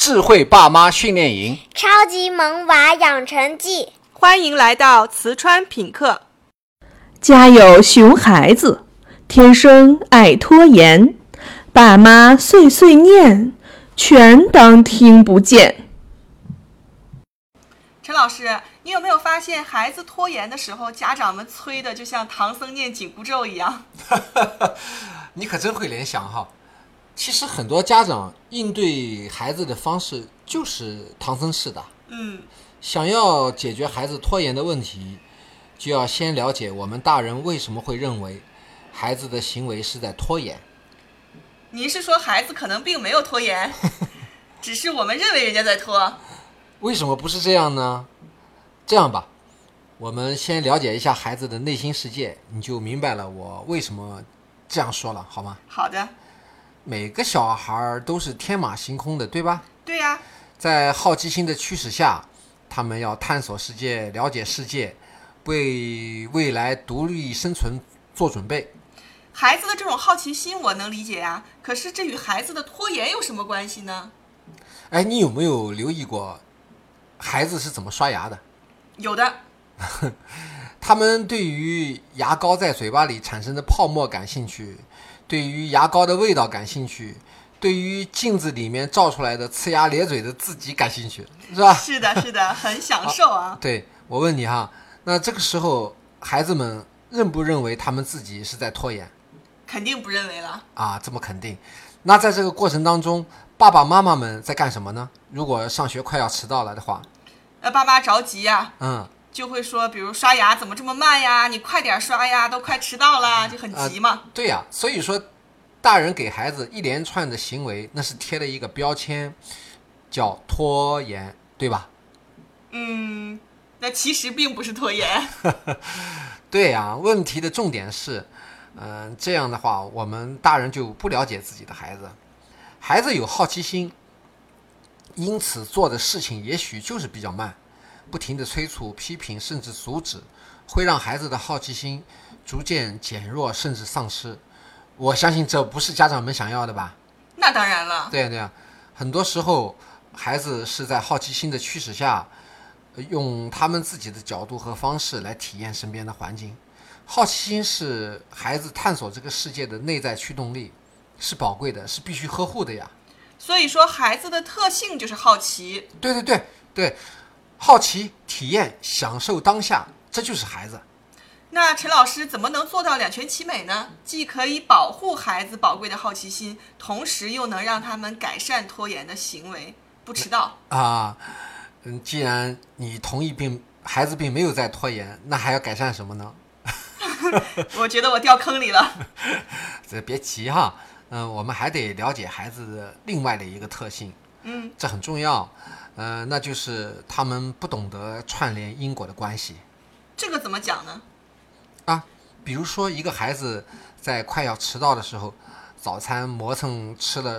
智慧爸妈训练营， 超级萌娃养成记。 欢迎来到瓷川品客。 家有熊孩子，天生爱拖延，爸妈碎碎念，全当听不见。 陈老师，你有没有发现孩子拖延的时候，家长们催的就像唐僧念紧箍咒一样？ 你可真会联想哈。其实很多家长应对孩子的方式就是唐僧式的。想要解决孩子拖延的问题，就要先了解我们大人为什么会认为孩子的行为是在拖延。 您是说孩子可能并没有拖延，只是我们认为人家在拖？ 为什么不是这样呢？这样吧，我们先了解一下孩子的内心世界，你就明白了我为什么这样说了，好吗？ 好的。 每个小孩都是天马行空的，对吧？ 对呀。 在好奇心的驱使下，他们要探索世界，了解世界，为未来独立生存做准备。 孩子的这种好奇心我能理解呀，可是这与孩子的拖延有什么关系呢？ 哎，你有没有留意过孩子是怎么刷牙的？ 有的。 他们对于牙膏在嘴巴里产生的泡沫感兴趣，对于牙膏的味道感兴趣，对于镜子里面照出来的呲牙咧嘴的自己感兴趣，是吧？ 是的，是的，很享受啊。 对，我问你哈，那这个时候孩子们认不认为他们自己是在拖延？ 肯定不认为了啊，这么肯定。那在这个过程当中，爸爸妈妈们在干什么呢？如果上学快要迟到了的话， 爸妈着急呀，就会说，比如刷牙怎么这么慢呀？你快点刷呀，都快迟到了，就很急嘛。 对呀，所以说大人给孩子一连串的行为，那是贴了一个标签，叫拖延，对吧？ 那其实并不是拖延。 对呀，问题的重点是，这样的话，我们大人就不了解自己的孩子。孩子有好奇心，因此做的事情也许就是比较慢，不停的催促、批评甚至阻止，会让孩子的好奇心逐渐减弱甚至丧失。我相信这不是家长们想要的吧？ 那当然了。 对呀，很多时候孩子是在好奇心的驱使下，用他们自己的角度和方式来体验身边的环境。好奇心是孩子探索这个世界的内在驱动力，是宝贵的，是必须呵护的呀。 所以说孩子的特性就是好奇。 对，好奇、体验、享受当下，这就是孩子。 那陈老师怎么能做到两全其美呢？既可以保护孩子宝贵的好奇心，同时又能让他们改善拖延的行为，不迟到啊。既然你同意孩子并没有在拖延，那还要改善什么呢？ 我觉得我掉坑里了。 这别急哈，我们还得了解孩子的另外的一个特性，这很重要，那就是他们不懂得串联因果的关系。 这个怎么讲呢？ 比如说一个孩子在快要迟到的时候，早餐磨蹭吃了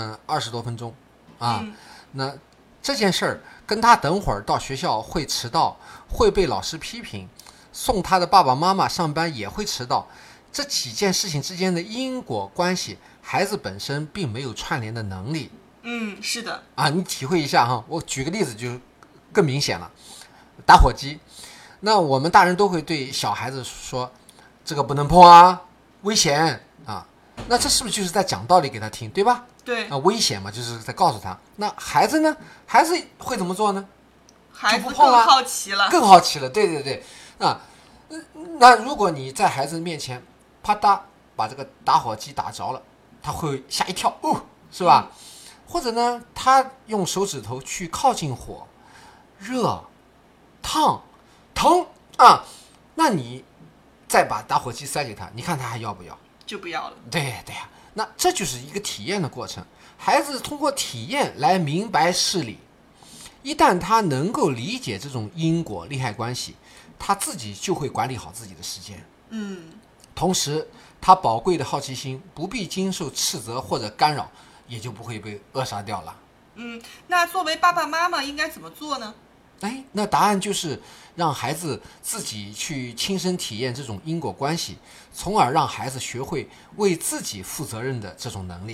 20多分钟那这件事儿跟他等会儿到学校会迟到，会被老师批评，送他的爸爸妈妈上班也会迟到，这几件事情之间的因果关系，孩子本身并没有串联的能力。 是的你体会一下哈，我举个例子就更明显了。打火机，那我们大人都会对小孩子说，这个不能碰啊，危险啊。那这是不是就是在讲道理给他听，对吧？ 对危险嘛，就是在告诉他。那孩子呢？孩子会怎么做呢？ 孩子更好奇了， 更好奇了。对那如果你在孩子面前啪嗒把这个打火机打着了，他会吓一跳，是吧？或者呢，他用手指头去靠近火，热、烫、疼那你再把打火机塞给他，你看他还要不要？ 就不要了。 对呀，那这就是一个体验的过程。孩子通过体验来明白事理，一旦他能够理解这种因果利害关系，他自己就会管理好自己的时间。同时他宝贵的好奇心不必经受斥责或者干扰，也就不会被扼杀掉了。 那作为爸爸妈妈应该怎么做呢？ 那答案就是让孩子自己去亲身体验这种因果关系，从而让孩子学会为自己负责任的这种能力。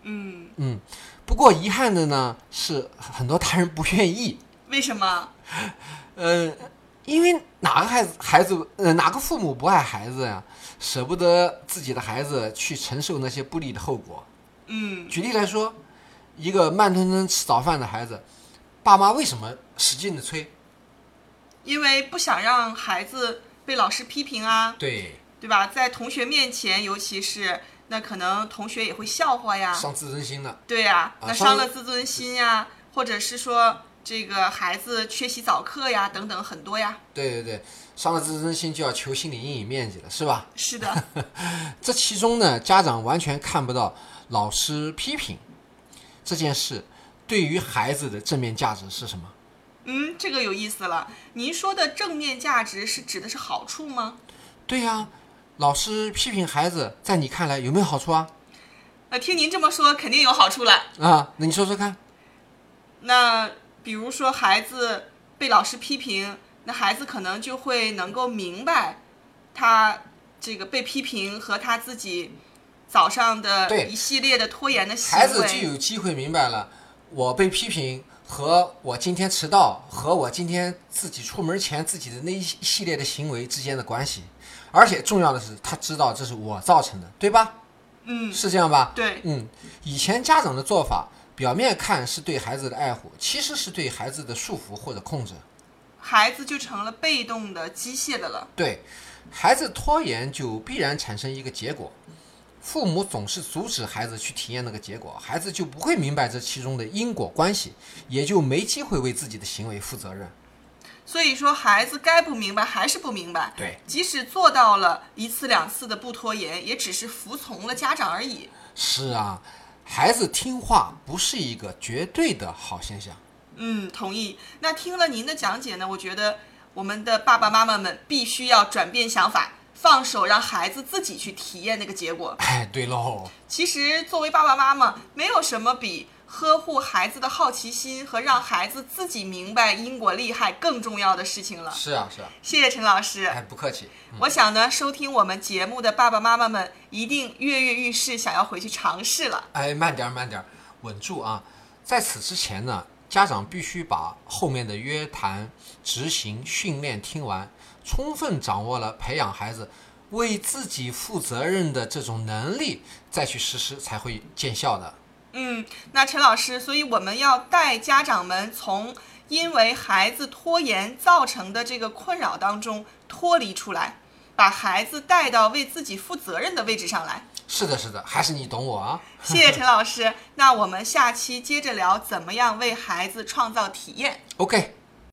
不过遗憾的呢是，很多大人不愿意。 为什么？ 因为哪个父母不爱孩子呀？舍不得自己的孩子去承受那些不利的后果。举例来说，一个慢吞吞吃早饭的孩子，爸妈为什么使劲的催？ 因为不想让孩子被老师批评啊， 对吧？在同学面前，尤其是那可能同学也会笑话呀， 伤自尊心的。 对呀，那伤了自尊心呀，或者是说这个孩子缺席早课呀，等等很多呀。 对，伤了自尊心就要求心理阴影面积了，是吧？ 是的。 这其中呢，家长完全看不到老师批评这件事对于孩子的正面价值是什么。 这个有意思了。您说的正面价值是指的是好处吗？ 对呀，老师批评孩子，在你看来有没有好处啊？ 听您这么说，肯定有好处了啊。那你说说看。 那比如说孩子被老师批评，那孩子可能就会能够明白，他这个被批评和他自己早上的一系列的拖延的行为， 孩子就有机会明白了，我被批评和我今天迟到和我今天自己出门前自己的那一系列的行为之间的关系，而且重要的是，他知道这是我造成的，对吧？是这样吧？ 对。 以前家长的做法，表面看是对孩子的爱护，其实是对孩子的束缚或者控制， 孩子就成了被动的、机械的了。 对，孩子拖延就必然产生一个结果。父母总是阻止孩子去体验那个结果，孩子就不会明白这其中的因果关系，也就没机会为自己的行为负责任。 所以说，孩子该不明白还是不明白。 对， 即使做到了1次2次的不拖延，也只是服从了家长而已。 是啊，孩子听话不是一个绝对的好现象。 同意。那听了您的讲解呢，我觉得我们的爸爸妈妈们必须要转变想法，放手让孩子自己去体验那个结果。 对喽。 其实作为爸爸妈妈，没有什么比呵护孩子的好奇心和让孩子自己明白因果利害更重要的事情了。 是啊。 谢谢陈老师。 不客气。 我想呢，收听我们节目的爸爸妈妈们一定跃跃欲试，想要回去尝试了。 慢点，稳住啊！在此之前呢，家长必须把后面的约谈、执行、训练听完，充分掌握了培养孩子为自己负责任的这种能力，再去实施才会见效的。 那陈老师，所以我们要带家长们从因为孩子拖延造成的这个困扰当中脱离出来，把孩子带到为自己负责任的位置上来。 是的，还是你懂我啊。 谢谢陈老师。那我们下期接着聊怎么样为孩子创造体验。 OK。